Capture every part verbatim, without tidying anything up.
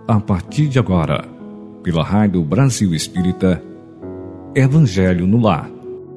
A partir de agora, pela Rádio Brasil Espírita, Evangelho no Lar.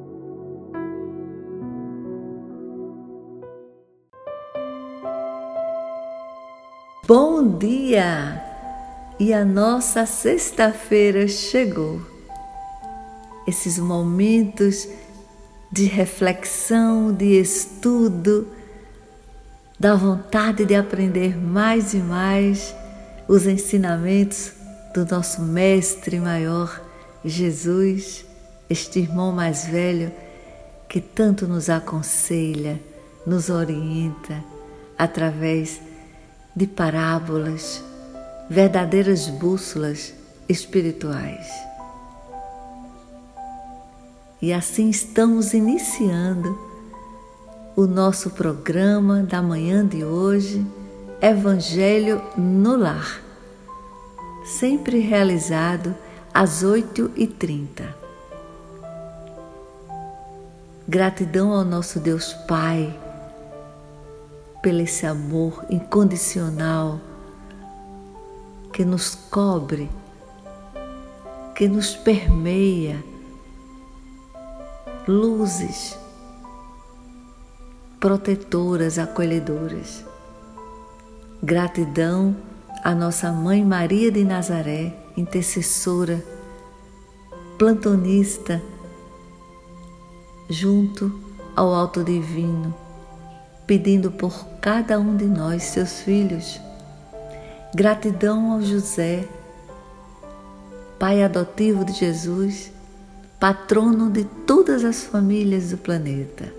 Bom dia! E a nossa sexta-feira chegou. Esses momentos de reflexão, de estudo, da vontade de aprender mais e mais os ensinamentos do nosso Mestre Maior, Jesus, este irmão mais velho que tanto nos aconselha, nos orienta através de parábolas, verdadeiras bússolas espirituais. E assim estamos iniciando o nosso programa da manhã de hoje, Evangelho no Lar, sempre realizado às oito e trinta. Gratidão ao nosso Deus Pai, pelo esse amor incondicional que nos cobre, que nos permeia, luzes protetoras, acolhedoras. Gratidão à nossa Mãe Maria de Nazaré, intercessora, plantonista, junto ao Alto Divino, pedindo por cada um de nós, seus filhos. Gratidão ao José, pai adotivo de Jesus, patrono de todas as famílias do planeta.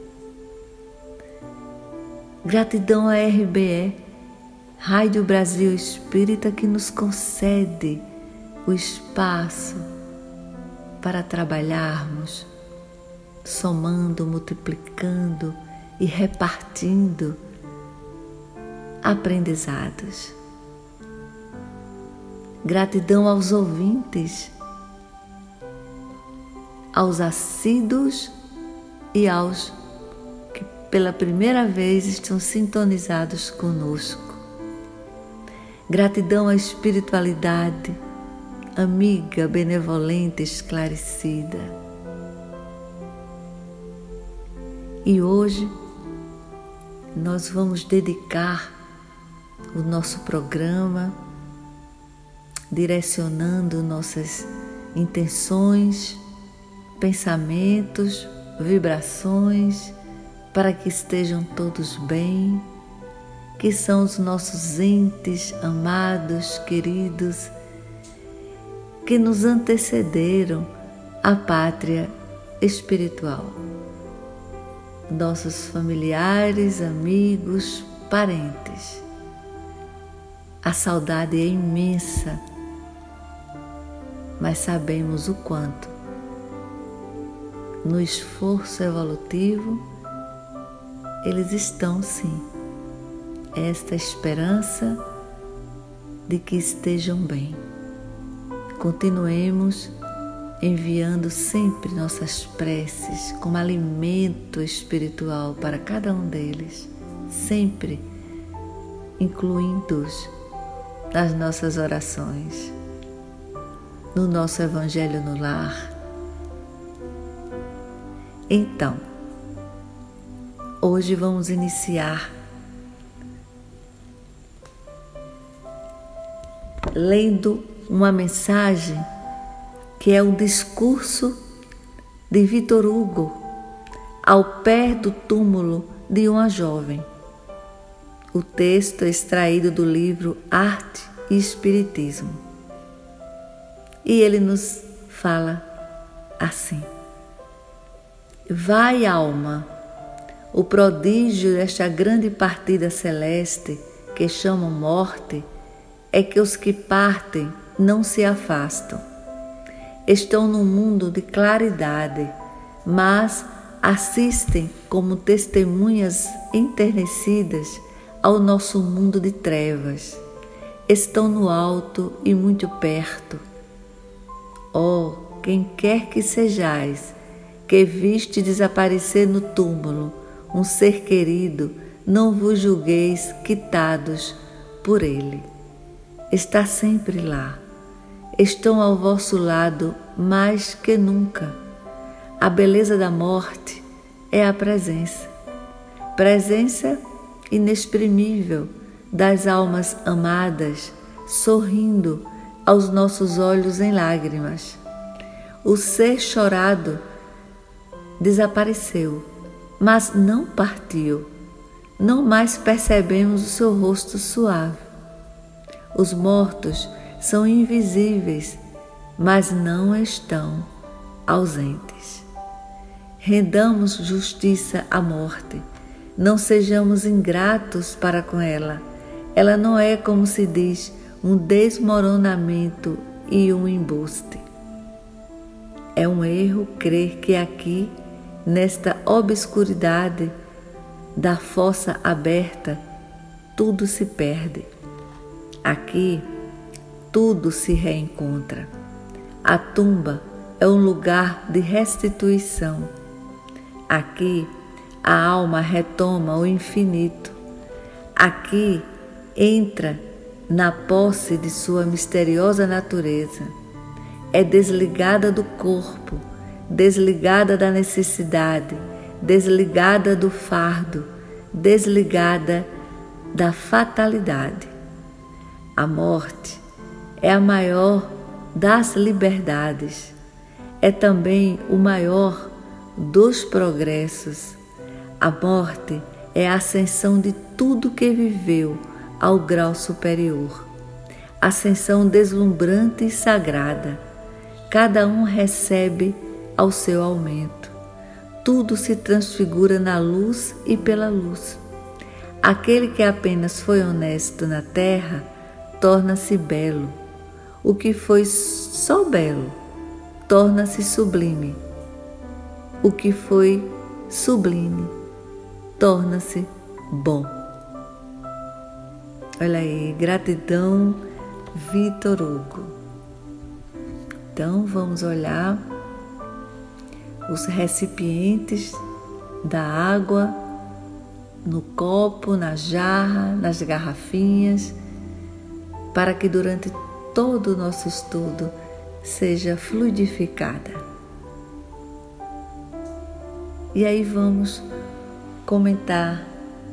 Gratidão à R B E, Rádio Brasil Espírita, que nos concede o espaço para trabalharmos, somando, multiplicando e repartindo aprendizados. Gratidão aos ouvintes, aos assíduos e aos que pela primeira vez estão sintonizados conosco. Gratidão à espiritualidade, amiga, benevolente, esclarecida. E hoje nós vamos dedicar o nosso programa direcionando nossas intenções, pensamentos, vibrações, para que estejam todos bem, que são os nossos entes amados, queridos, que nos antecederam à pátria espiritual. Nossos familiares, amigos, parentes. A saudade é imensa, mas sabemos o quanto, no esforço evolutivo, eles estão sim. Esta esperança de que estejam bem. Continuemos enviando sempre nossas preces como alimento espiritual para cada um deles, sempre incluindo-os nas nossas orações, no nosso Evangelho no Lar. Então, hoje vamos iniciar lendo uma mensagem que é um discurso de Victor Hugo ao pé do túmulo de uma jovem. O texto é extraído do livro Arte e Espiritismo. E ele nos fala assim: vai, alma, o prodígio desta grande partida celeste que chamam morte é que os que partem não se afastam. Estão num mundo de claridade, mas assistem como testemunhas enternecidas ao nosso mundo de trevas. Estão no alto e muito perto. Oh, quem quer que sejais, que viste desaparecer no túmulo um ser querido, não vos julgueis quitados por ele. está sempre lá. Estão ao vosso lado mais que nunca. A beleza da morte é a presença. Presença inexprimível das almas amadas, sorrindo aos nossos olhos em lágrimas. O ser chorado desapareceu, mas não partiu. Não mais percebemos o seu rosto suave. Os mortos são invisíveis, mas não estão ausentes. Rendamos justiça à morte. Não sejamos ingratos para com ela. Ela não é, como se diz, um desmoronamento e um embuste. É um erro crer que aqui, nesta obscuridade da fossa aberta, tudo se perde. Aqui, tudo se reencontra. A tumba é um lugar de restituição. Aqui, a alma retoma o infinito. Aqui, entra na posse de sua misteriosa natureza. É desligada do corpo, desligada da necessidade, desligada do fardo, desligada da fatalidade. A morte é a maior das liberdades, é também o maior dos progressos. A morte é a ascensão de tudo que viveu ao grau superior, ascensão deslumbrante e sagrada. Cada um recebe ao seu aumento. Tudo se transfigura na luz e pela luz. Aquele que apenas foi honesto na terra torna-se belo. O que foi só belo torna-se sublime. O que foi sublime torna-se bom. Olha aí, gratidão, Victor Hugo. Então vamos olhar os recipientes da água no copo, na jarra, nas garrafinhas, para que durante todo o nosso estudo seja fluidificada. E aí vamos comentar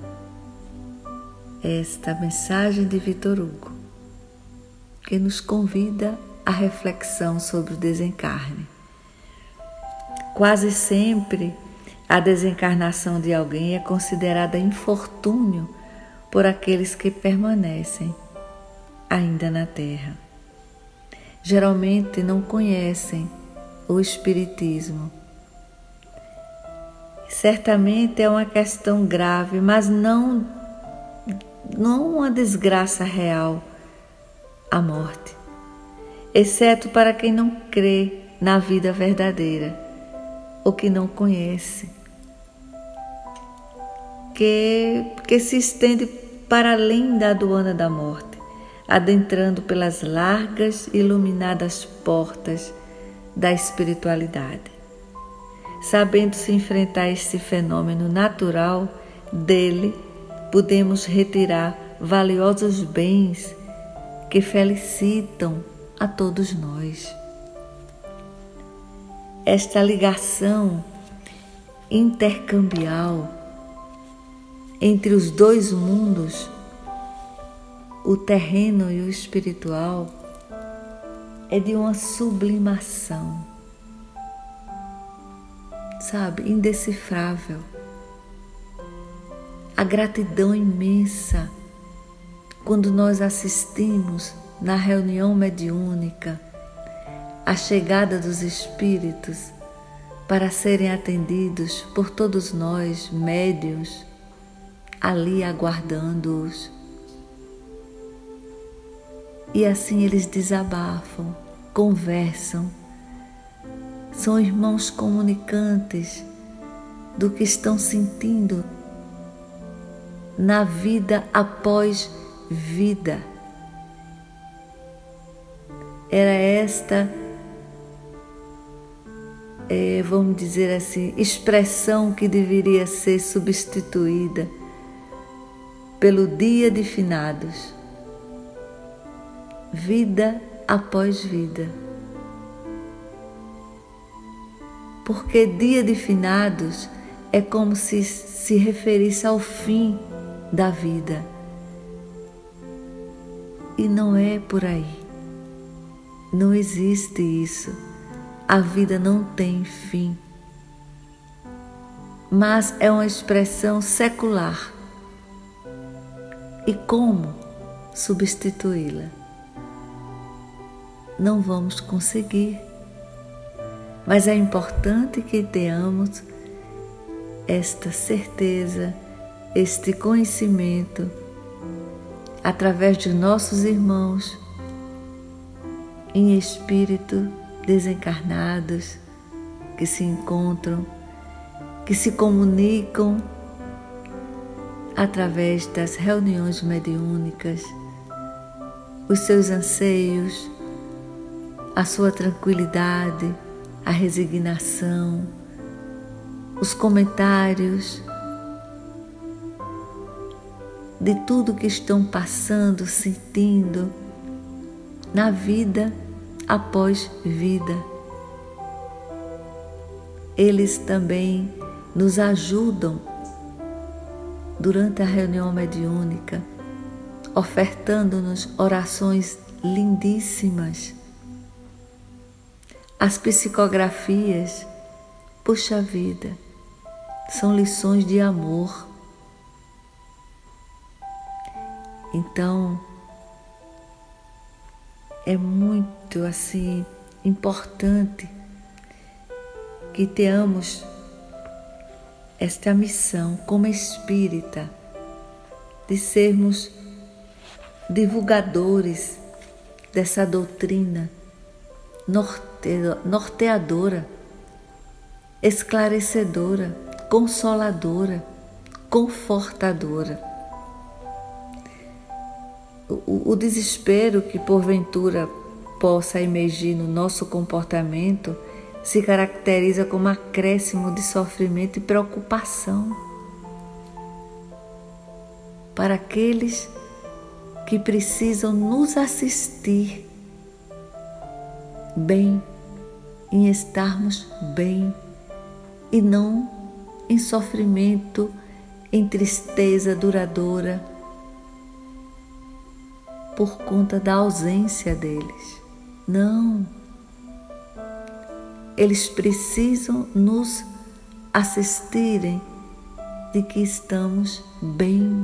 esta mensagem de Victor Hugo, que nos convida à reflexão sobre o desencarne. Quase sempre a desencarnação de alguém é considerada infortúnio por aqueles que permanecem ainda na Terra. Geralmente não conhecem o Espiritismo. Certamente é uma questão grave, mas não, não uma desgraça real, a morte, exceto para quem não crê na vida verdadeira ou que não conhece, que, que se estende para além da aduana da morte, adentrando pelas largas e iluminadas portas da espiritualidade. Sabendo se enfrentar este fenômeno natural, dele podemos retirar valiosos bens que felicitam a todos nós. Esta ligação intercambial entre os dois mundos, o terreno e o espiritual, é de uma sublimação, sabe, indecifrável. A gratidão imensa quando nós assistimos na reunião mediúnica a chegada dos espíritos para serem atendidos por todos nós, médiuns, ali aguardando-os. E assim eles desabafam, conversam, são irmãos comunicantes do que estão sentindo na vida após vida. Era esta, é, vamos dizer assim, expressão que deveria ser substituída pelo dia de finados. vida após vida. Porque dia de finados é como se se referisse ao fim da vida. E não é por aí. Não existe isso. A vida não tem fim. Mas é uma expressão secular. E como substituí-la? Não vamos conseguir. Mas é importante que tenhamos esta certeza, este conhecimento, através de nossos irmãos em espírito desencarnados, que se encontram, que se comunicam através das reuniões mediúnicas, os seus anseios, a sua tranquilidade, a resignação, os comentários de tudo que estão passando, sentindo na vida após vida. Eles também nos ajudam durante a reunião mediúnica, ofertando-nos orações lindíssimas. As psicografias, puxa vida, são lições de amor. Então, é muito assim importante que tenhamos esta missão como espírita de sermos divulgadores dessa doutrina norteadora, esclarecedora, consoladora, confortadora. O, o desespero que porventura possa emergir no nosso comportamento se caracteriza como acréscimo de sofrimento e preocupação para aqueles que precisam nos assistir bem, em estarmos bem e não em sofrimento, em tristeza duradoura por conta da ausência deles. Não. Eles precisam nos assistirem de que estamos bem,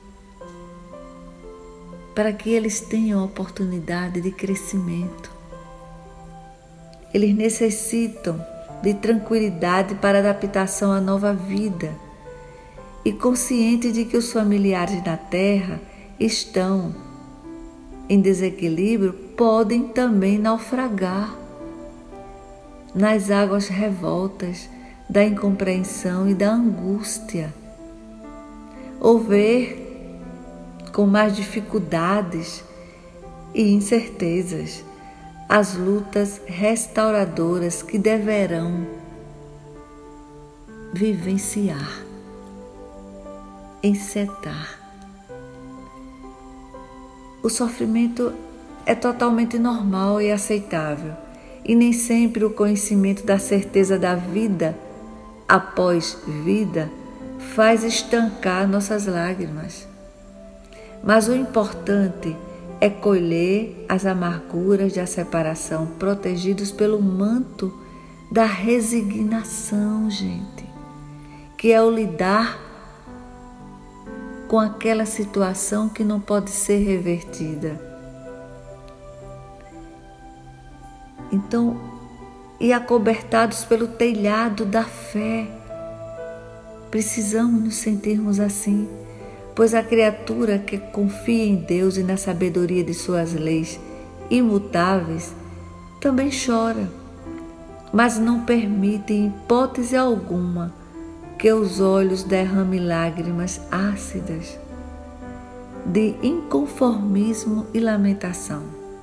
para que eles tenham oportunidade de crescimento. Eles necessitam de tranquilidade para adaptação à nova vida e consciente de que os familiares na Terra estão em desequilíbrio, podem também naufragar nas águas revoltas da incompreensão e da angústia, ou ver com mais dificuldades e incertezas as lutas restauradoras que deverão vivenciar, encetar. O sofrimento é totalmente normal e aceitável, e nem sempre o conhecimento da certeza da vida após vida faz estancar nossas lágrimas. Mas o importante é colher as amarguras da separação, protegidos pelo manto da resignação, gente, que é o lidar com aquela situação que não pode ser revertida. Então, e acobertados pelo telhado da fé, precisamos nos sentirmos assim, pois a criatura que confia em Deus e na sabedoria de suas leis imutáveis também chora, mas não permite em hipótese alguma que os olhos derramem lágrimas ácidas de inconformismo e lamentação.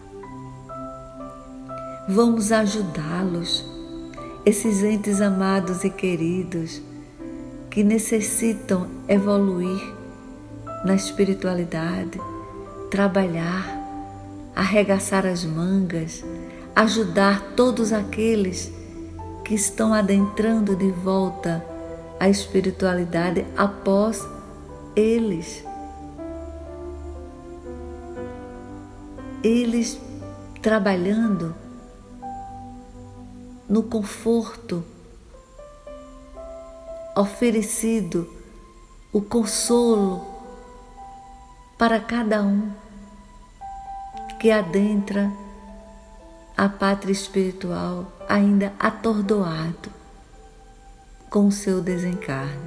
Vamos ajudá-los, esses entes amados e queridos que necessitam evoluir na espiritualidade, trabalhar arregaçar as mangas, ajudar todos aqueles que estão adentrando de volta a espiritualidade após eles. Eles trabalhando no conforto, oferecido o consolo para cada um que adentra a pátria espiritual ainda atordoado com o seu desencarne.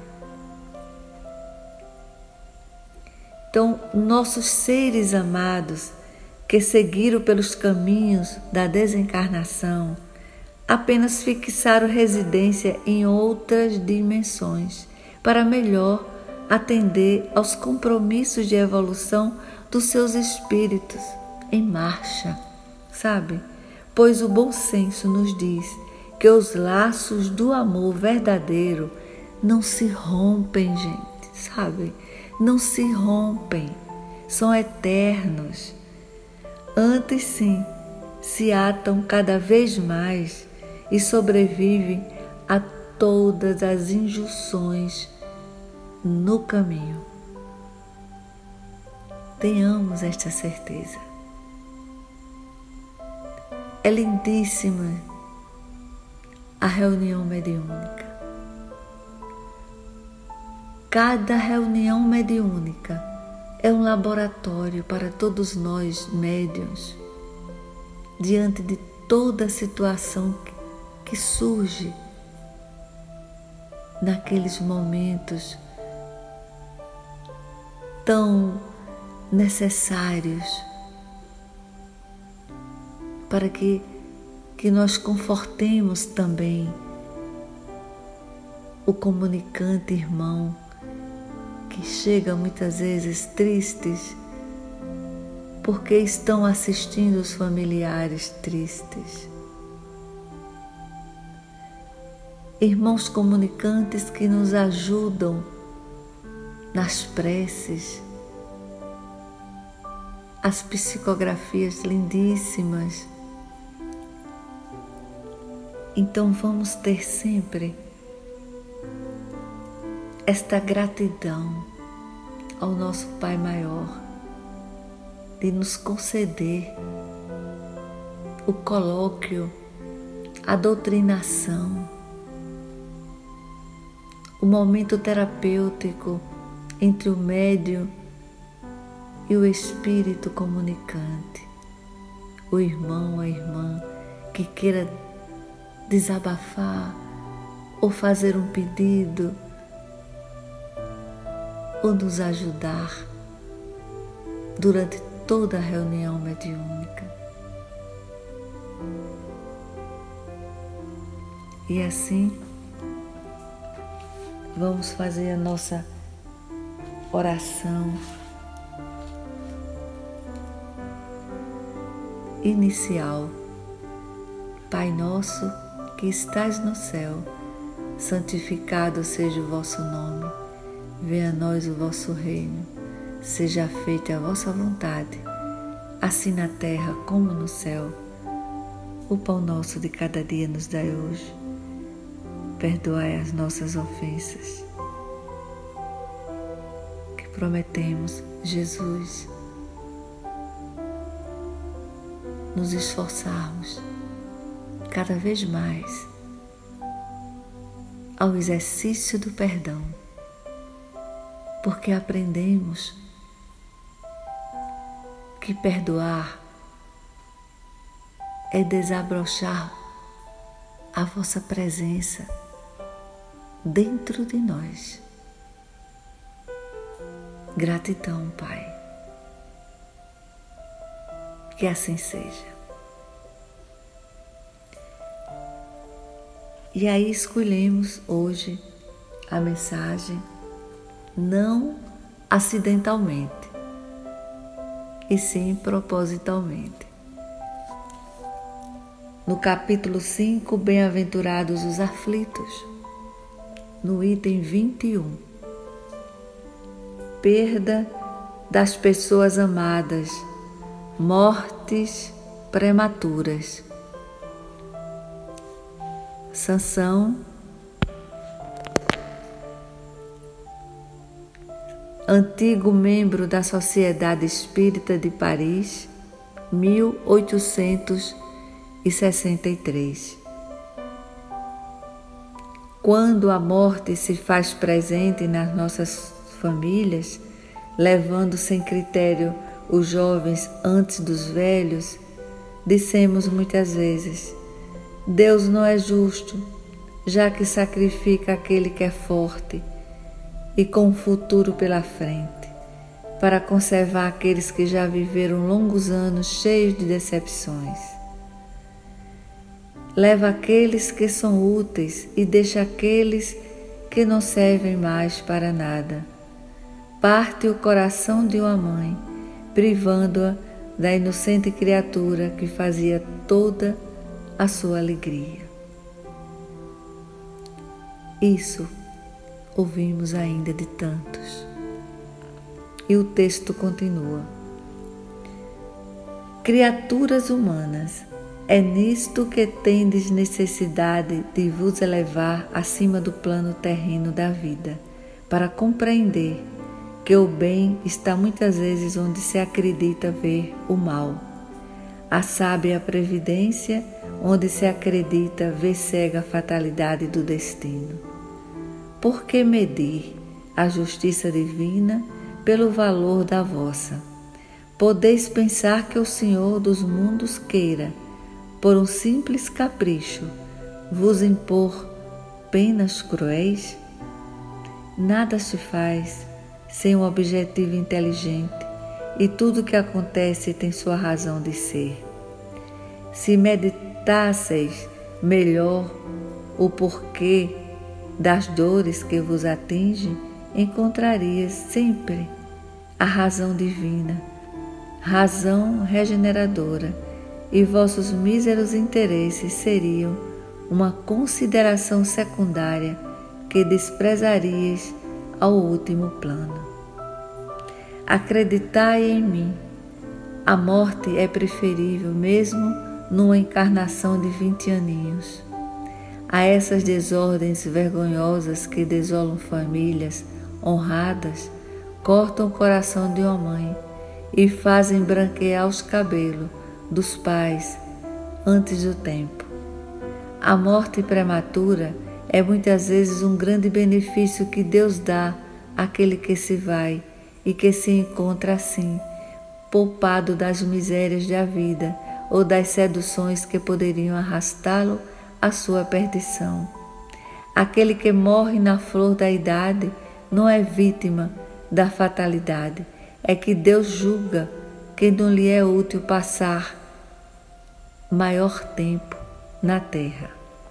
Então, nossos seres amados que seguiram pelos caminhos da desencarnação apenas fixaram residência em outras dimensões para melhor atender aos compromissos de evolução dos seus espíritos em marcha, sabe? Pois o bom senso nos diz que os laços do amor verdadeiro não se rompem, gente, sabe? Não se rompem, são eternos. Antes, sim, se atam cada vez mais e sobrevivem a todas as injunções no caminho. Tenhamos esta certeza. É lindíssima a reunião mediúnica. Cada reunião mediúnica é um laboratório para todos nós médiuns, diante de toda a situação que que surge naqueles momentos tão necessários para que, que nós confortemos também o comunicante irmão que chega muitas vezes tristes porque estão assistindo os familiares tristes. Irmãos comunicantes que nos ajudam nas preces, as psicografias lindíssimas. Então vamos ter sempre esta gratidão ao nosso Pai Maior de nos conceder o colóquio, a doutrinação, o momento terapêutico entre o médium e o espírito comunicante, o irmão, a irmã que queira desabafar ou fazer um pedido ou nos ajudar durante toda a reunião mediúnica. E assim, vamos fazer a nossa oração inicial. Pai nosso que estás no céu, santificado seja o vosso nome. Venha a nós o vosso reino. Seja feita a vossa vontade, assim na terra como no céu. O pão nosso de cada dia nos dai hoje. Perdoai as nossas ofensas, que prometemos, Jesus, nos esforçarmos cada vez mais ao exercício do perdão, porque aprendemos que perdoar é desabrochar a vossa presença dentro de nós. Gratidão, Pai. Que assim seja. E aí escolhemos hoje a mensagem não acidentalmente, e sim propositalmente. No capítulo cinco, Bem-aventurados os aflitos, no item vinte e um, perda das pessoas amadas mortes prematuras. Sansão, antigo membro da Sociedade Espírita de Paris, mil oitocentos e sessenta e três. Quando a morte se faz presente nas nossas famílias, levando sem critério os jovens antes dos velhos, dissemos muitas vezes: Deus não é justo, já que sacrifica aquele que é forte e com um futuro pela frente, para conservar aqueles que já viveram longos anos cheios de decepções. Leva aqueles que são úteis e deixa aqueles que não servem mais para nada. Parte o coração de uma mãe, privando-a da inocente criatura que fazia toda a sua alegria. Isso ouvimos ainda de tantos. E o texto continua: criaturas humanas, é nisto que tendes necessidade de vos elevar acima do plano terreno da vida, para compreender que o bem está muitas vezes onde se acredita ver o mal. A sábia previdência, onde se acredita ver cega a fatalidade do destino. Por que medir a justiça divina pelo valor da vossa? Podeis pensar que o Senhor dos mundos queira, por um simples capricho, vos impor penas cruéis? Nada se faz sem um objetivo inteligente, e tudo que acontece tem sua razão de ser. Se meditasseis melhor o porquê das dores que vos atingem, encontrarias sempre a razão divina, razão regeneradora, e vossos míseros interesses seriam uma consideração secundária que desprezarias ao último plano. Acreditai em mim, a morte é preferível mesmo numa encarnação de vinte aninhos. A essas desordens vergonhosas que desolam famílias honradas, cortam o coração de uma mãe e fazem branquear os cabelos dos pais antes do tempo. A morte prematura é muitas vezes um grande benefício que Deus dá àquele que se vai e que se encontra assim, poupado das misérias da vida ou das seduções que poderiam arrastá-lo à sua perdição. Aquele que morre na flor da idade não é vítima da fatalidade, é que Deus julga que não lhe é útil passar maior tempo na terra.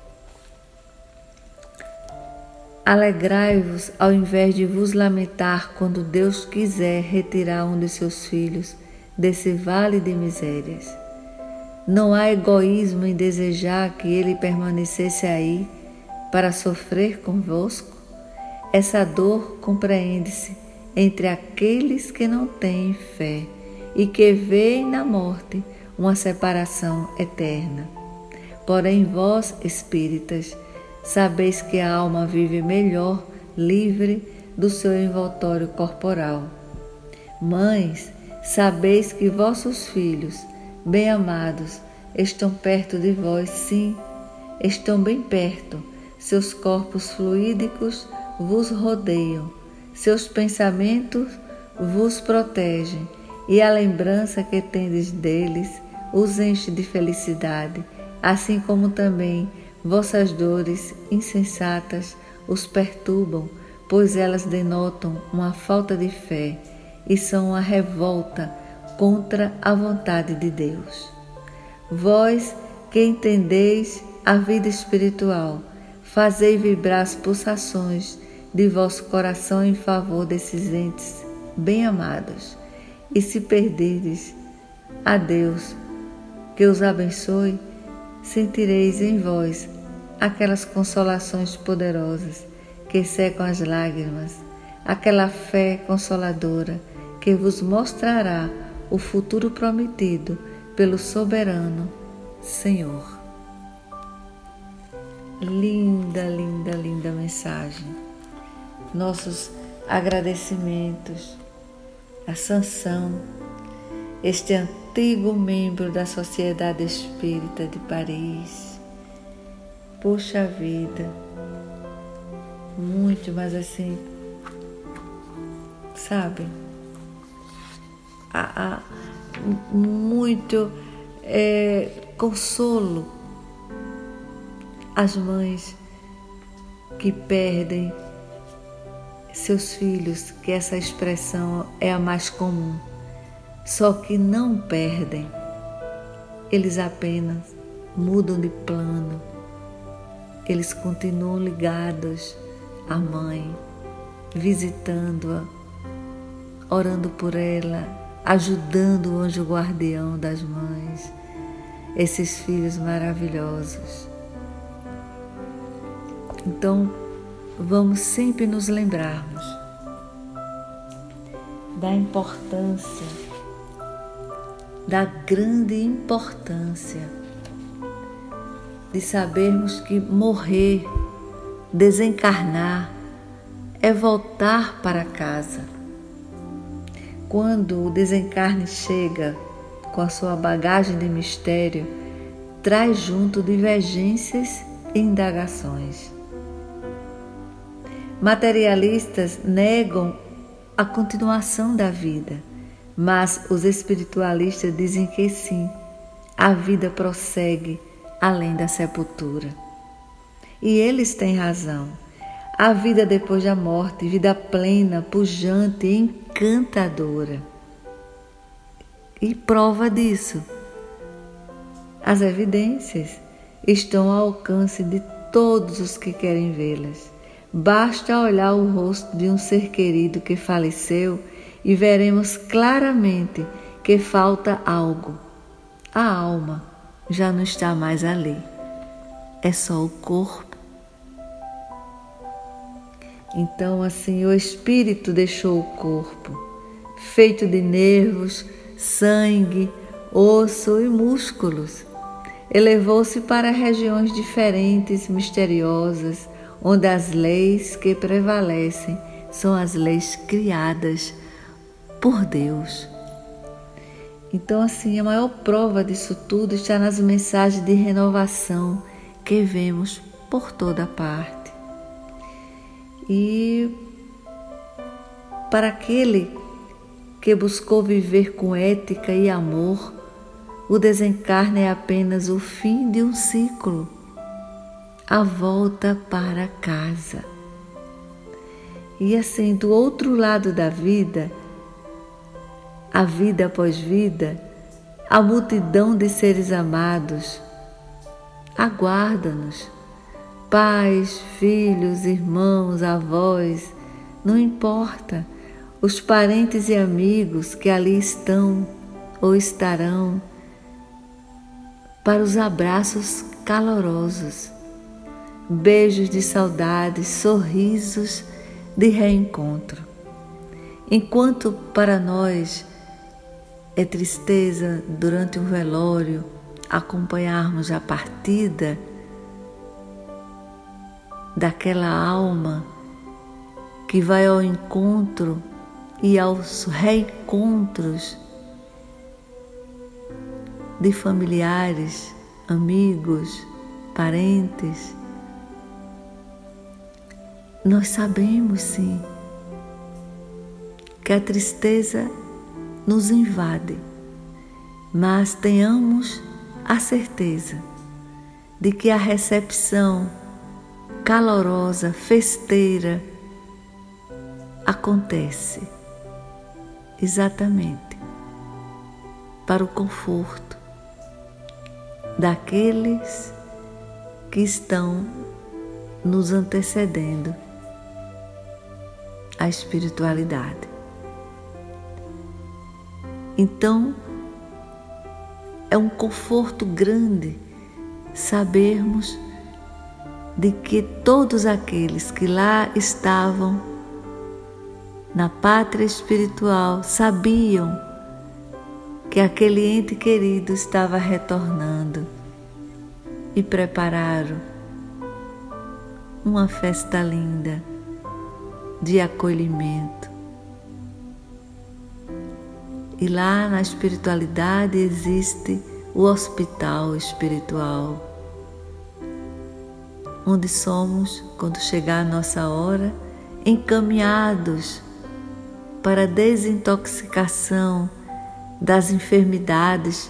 Alegrai-vos ao invés de vos lamentar quando Deus quiser retirar um de seus filhos desse vale de misérias. Não há egoísmo em desejar que ele permanecesse aí para sofrer convosco. Essa dor compreende-se entre aqueles que não têm fé e que veem na morte uma separação eterna. Porém, vós, espíritas, sabeis que a alma vive melhor, livre do seu envoltório corporal. Mães, sabeis que vossos filhos, bem-amados, estão perto de vós, sim, estão bem perto. Seus corpos fluídicos vos rodeiam, seus pensamentos vos protegem, e a lembrança que tendes deles os enche de felicidade, assim como também vossas dores insensatas os perturbam, pois elas denotam uma falta de fé e são uma revolta contra a vontade de Deus. Vós que entendeis a vida espiritual, fazei vibrar as pulsações de vosso coração em favor desses entes bem-amados, e se perderdes a Deus, que os abençoe, sentireis em vós aquelas consolações poderosas que secam as lágrimas, aquela fé consoladora que vos mostrará o futuro prometido pelo soberano Senhor. Linda, linda, linda mensagem. Nossos agradecimentos a Sansão, este antigo membro da Sociedade Espírita de Paris. Poxa vida, muito, mas assim, sabe, há, há muito é, consolo às mães que perdem seus filhos, que essa expressão é a mais comum, só que não perdem, eles apenas mudam de plano, eles continuam ligados à mãe, visitando-a, orando por ela, ajudando o anjo guardião das mães, esses filhos maravilhosos. Então, vamos sempre nos lembrarmos da importância, da grande importância de sabermos que morrer, desencarnar, é voltar para casa. Quando o desencarne chega com a sua bagagem de mistério, traz junto divergências e indagações. Materialistas negam a continuação da vida, mas os espiritualistas dizem que sim, a vida prossegue além da sepultura. E eles têm razão. A vida depois da morte, vida plena, pujante e encantadora. E prova disso, as evidências estão ao alcance de todos os que querem vê-las. Basta olhar o rosto de um ser querido que faleceu e veremos claramente que falta algo. A alma já não está mais ali, é só o corpo. Então, assim, o espírito deixou o corpo, feito de nervos, sangue, osso e músculos. Elevou-se para regiões diferentes, misteriosas, onde as leis que prevalecem são as leis criadas por Deus. Então, assim, a maior prova disso tudo está nas mensagens de renovação que vemos por toda parte. E para aquele que buscou viver com ética e amor, o desencarne é apenas o fim de um ciclo, a volta para casa. E assim, do outro lado da vida, a vida após vida, a multidão de seres amados aguarda-nos. Pais, filhos, irmãos, avós, não importa, os parentes e amigos que ali estão ou estarão, para os abraços calorosos, beijos de saudade, sorrisos de reencontro. Enquanto para nós é tristeza durante um velório acompanharmos a partida daquela alma que vai ao encontro e aos reencontros de familiares, amigos, parentes. Nós sabemos sim que a tristeza nos invade, mas tenhamos a certeza de que a recepção calorosa, festeira, acontece exatamente para o conforto daqueles que estão nos antecedendo à espiritualidade. Então, é um conforto grande sabermos de que todos aqueles que lá estavam na pátria espiritual sabiam que aquele ente querido estava retornando e prepararam uma festa linda de acolhimento. E lá na espiritualidade existe o hospital espiritual, onde somos, quando chegar a nossa hora, encaminhados para a desintoxicação das enfermidades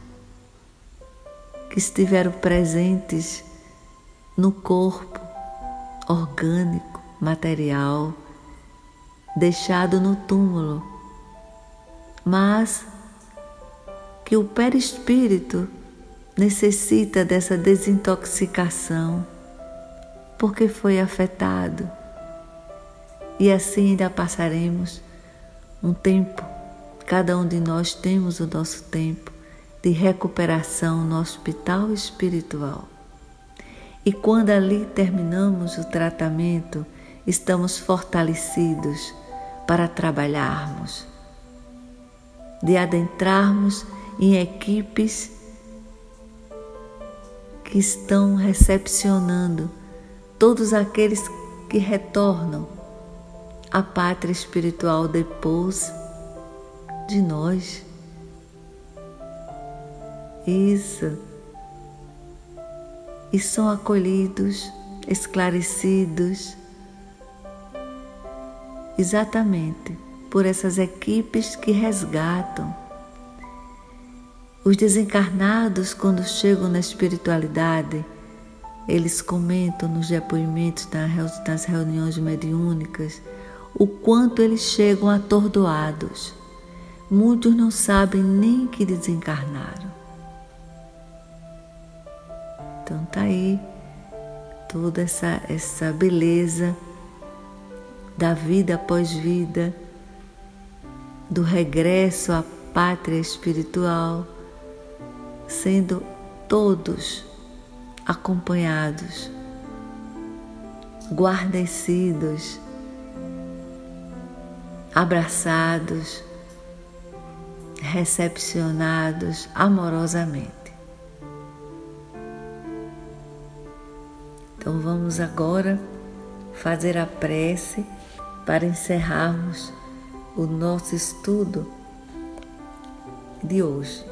que estiveram presentes no corpo orgânico, material, deixado no túmulo, mas que o perispírito necessita dessa desintoxicação porque foi afetado. E assim ainda passaremos um tempo, cada um de nós temos o nosso tempo de recuperação no hospital espiritual. E quando ali terminamos o tratamento, estamos fortalecidos para trabalharmos, de adentrarmos em equipes que estão recepcionando todos aqueles que retornam à pátria espiritual depois de nós. Isso. E são acolhidos, esclarecidos, exatamente por essas equipes que resgatam. Os desencarnados, quando chegam na espiritualidade, eles comentam nos depoimentos das reuniões mediúnicas o quanto eles chegam atordoados. Muitos não sabem nem que desencarnaram. Então tá aí toda essa, essa beleza da vida após vida, do regresso à pátria espiritual, sendo todos acompanhados, guarnecidos, abraçados, recepcionados amorosamente. Então vamos agora fazer a prece para encerrarmos o nosso estudo de hoje.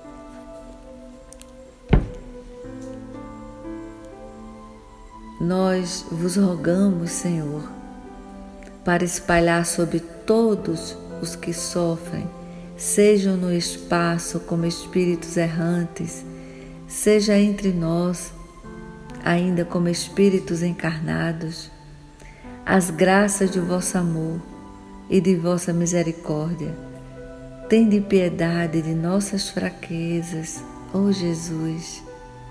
Nós vos rogamos, Senhor, para espalhar sobre todos os que sofrem, sejam no espaço como espíritos errantes, seja entre nós, ainda como espíritos encarnados, as graças de vosso amor e de vossa misericórdia. Tende piedade de nossas fraquezas, ó Jesus.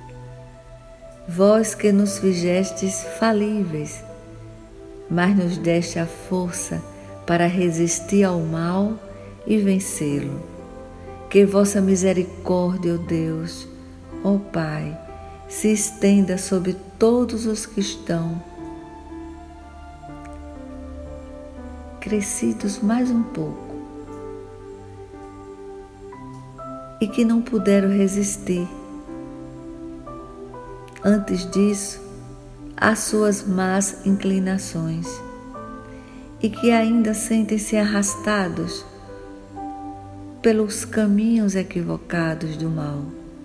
Vós que nos fijestes falíveis, mas nos deste a força para resistir ao mal e vencê-lo. Que vossa misericórdia, ó Deus, ó Pai, se estenda sobre todos os que estão crescidos mais um pouco e que não puderam resistir antes disso às suas más inclinações e que ainda sentem-se arrastados pelos caminhos equivocados do mal.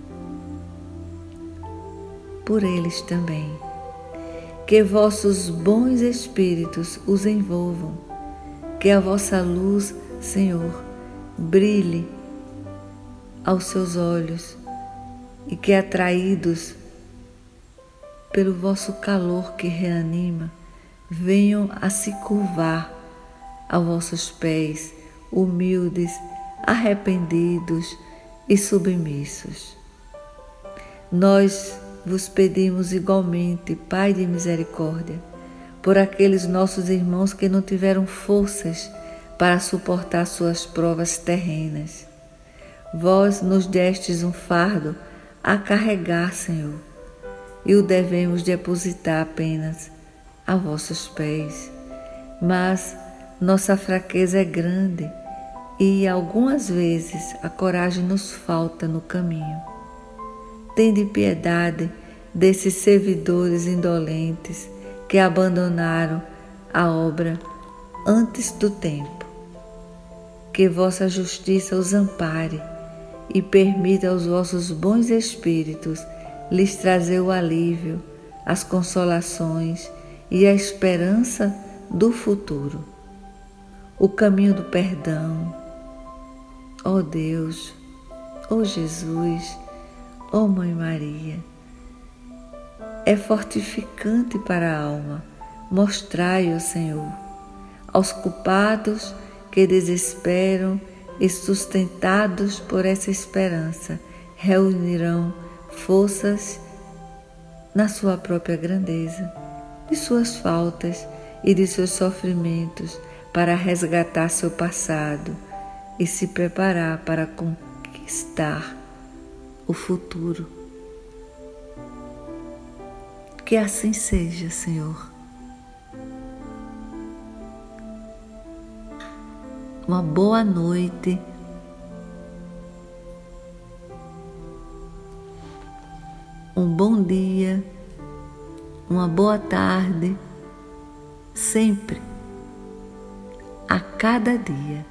Por eles também, que vossos bons espíritos os envolvam, que a vossa luz, Senhor, brilhe aos seus olhos e que, atraídos pelo vosso calor que reanima, venham a se curvar a vossos pés, humildes, arrependidos e submissos. Nós vos pedimos igualmente, Pai de misericórdia, por aqueles nossos irmãos que não tiveram forças para suportar suas provas terrenas. Vós nos destes um fardo a carregar, Senhor, e o devemos depositar apenas a vossos pés. Mas nossa fraqueza é grande e algumas vezes a coragem nos falta no caminho. Tende piedade desses servidores indolentes que abandonaram a obra antes do tempo. Que vossa justiça os ampare e permita aos vossos bons espíritos lhes trazer o alívio, as consolações e a esperança do futuro, o caminho do perdão. Ó Deus, ó Jesus, ó Mãe Maria, é fortificante para a alma. Mostrai, ó Senhor, aos culpados que desesperam e sustentados por essa esperança, reunirão forças na sua própria grandeza, de suas faltas e de seus sofrimentos, para resgatar seu passado e se preparar para conquistar o futuro. Que assim seja, Senhor. Uma boa noite. Um bom dia, uma boa tarde, sempre, a cada dia.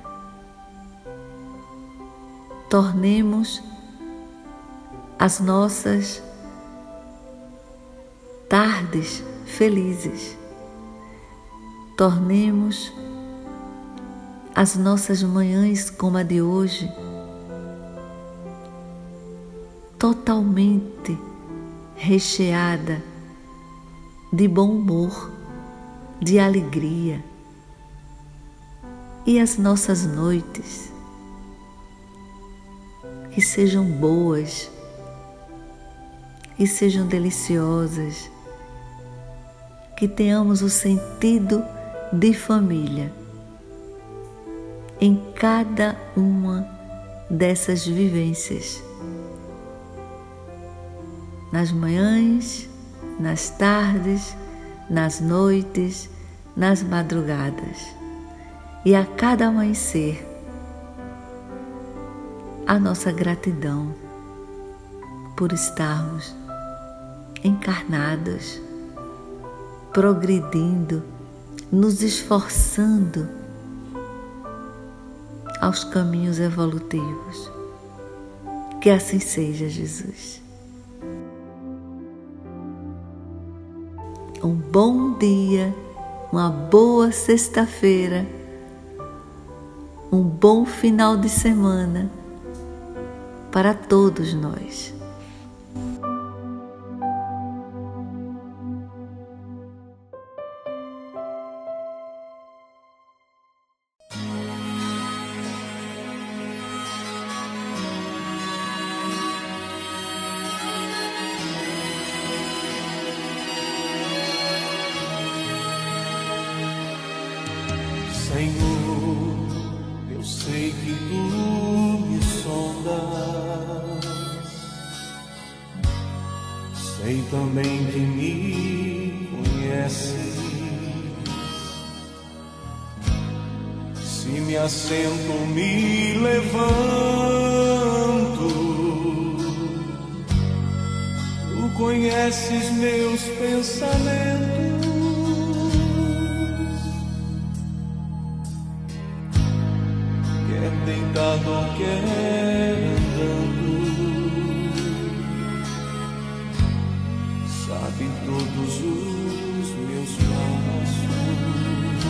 Tornemos as nossas tardes felizes. Tornemos as nossas manhãs como a de hoje totalmente recheada de bom humor, de alegria, e as nossas noites que sejam boas, que sejam deliciosas, que tenhamos o sentido de família em cada uma dessas vivências, nas manhãs, nas tardes, nas noites, nas madrugadas, e a cada amanhecer, a nossa gratidão por estarmos encarnados, progredindo, nos esforçando aos caminhos evolutivos. Que assim seja, Jesus. Um bom dia, uma boa sexta-feira, um bom final de semana para todos nós. Senhor, eu sei que Tu me sondas, sei também que me conheces. Se me assento, me levanto, Tu conheces meus pensamentos. Deitado ou quer andando, sabe todos os meus passos.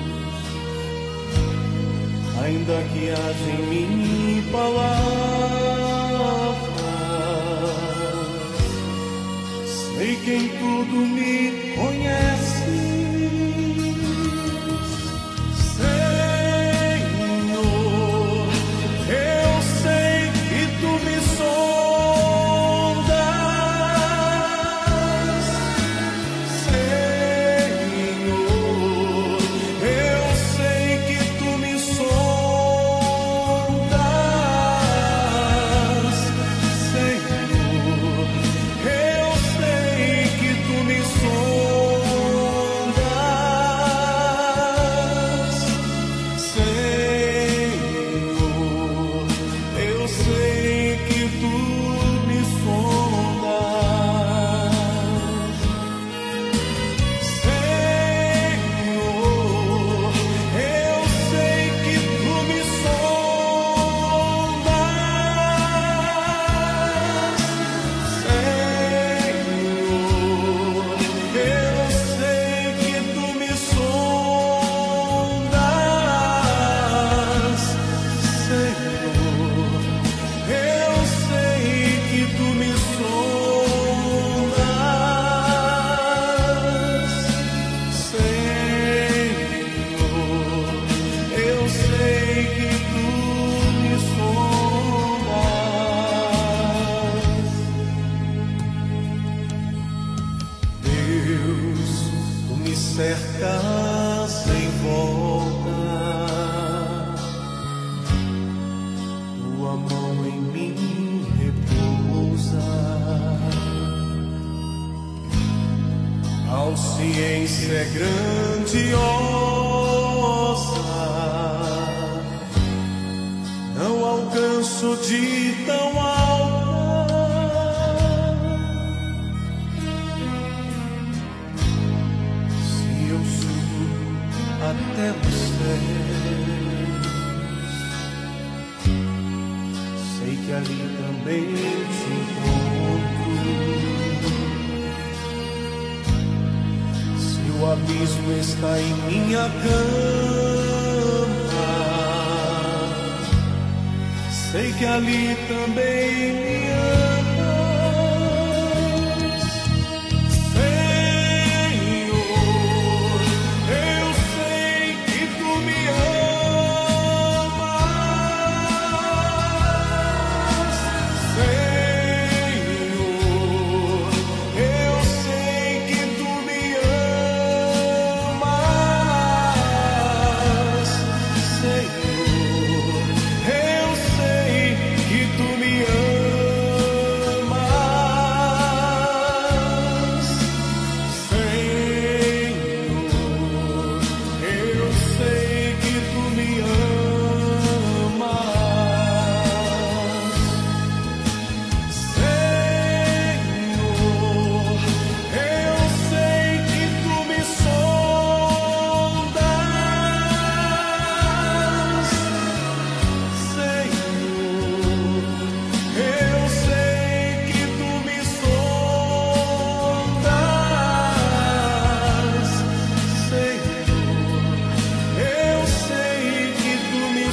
Ainda que haja em mim palavras, sei que em tudo me conhece. Oh beleza é grandiosa, não alcanço de tão alta. Se eu subo até os céus, sei que ali também te encontro. O abismo está em minha cama, sei que ali também me amas, Senhor. Eu sei que tu me amas, Senhor. Eu sei que tu me amas, Senhor. Eu sei que tu me amas, Senhor. Eu sei que tu me amas, Senhor. Eu sei que tu me sondas, Senhor. Eu sei que tu me sondas, Senhor. Eu sei que tu me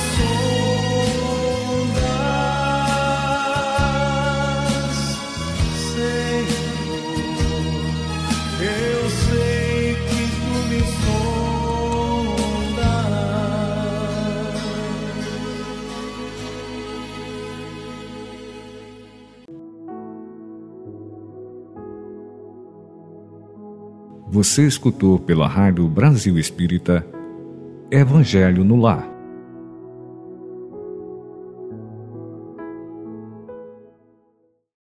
sondas, Senhor. Eu sei que tu me sondas. Você escutou pela Rádio Brasil Espírita Evangelho no Lar.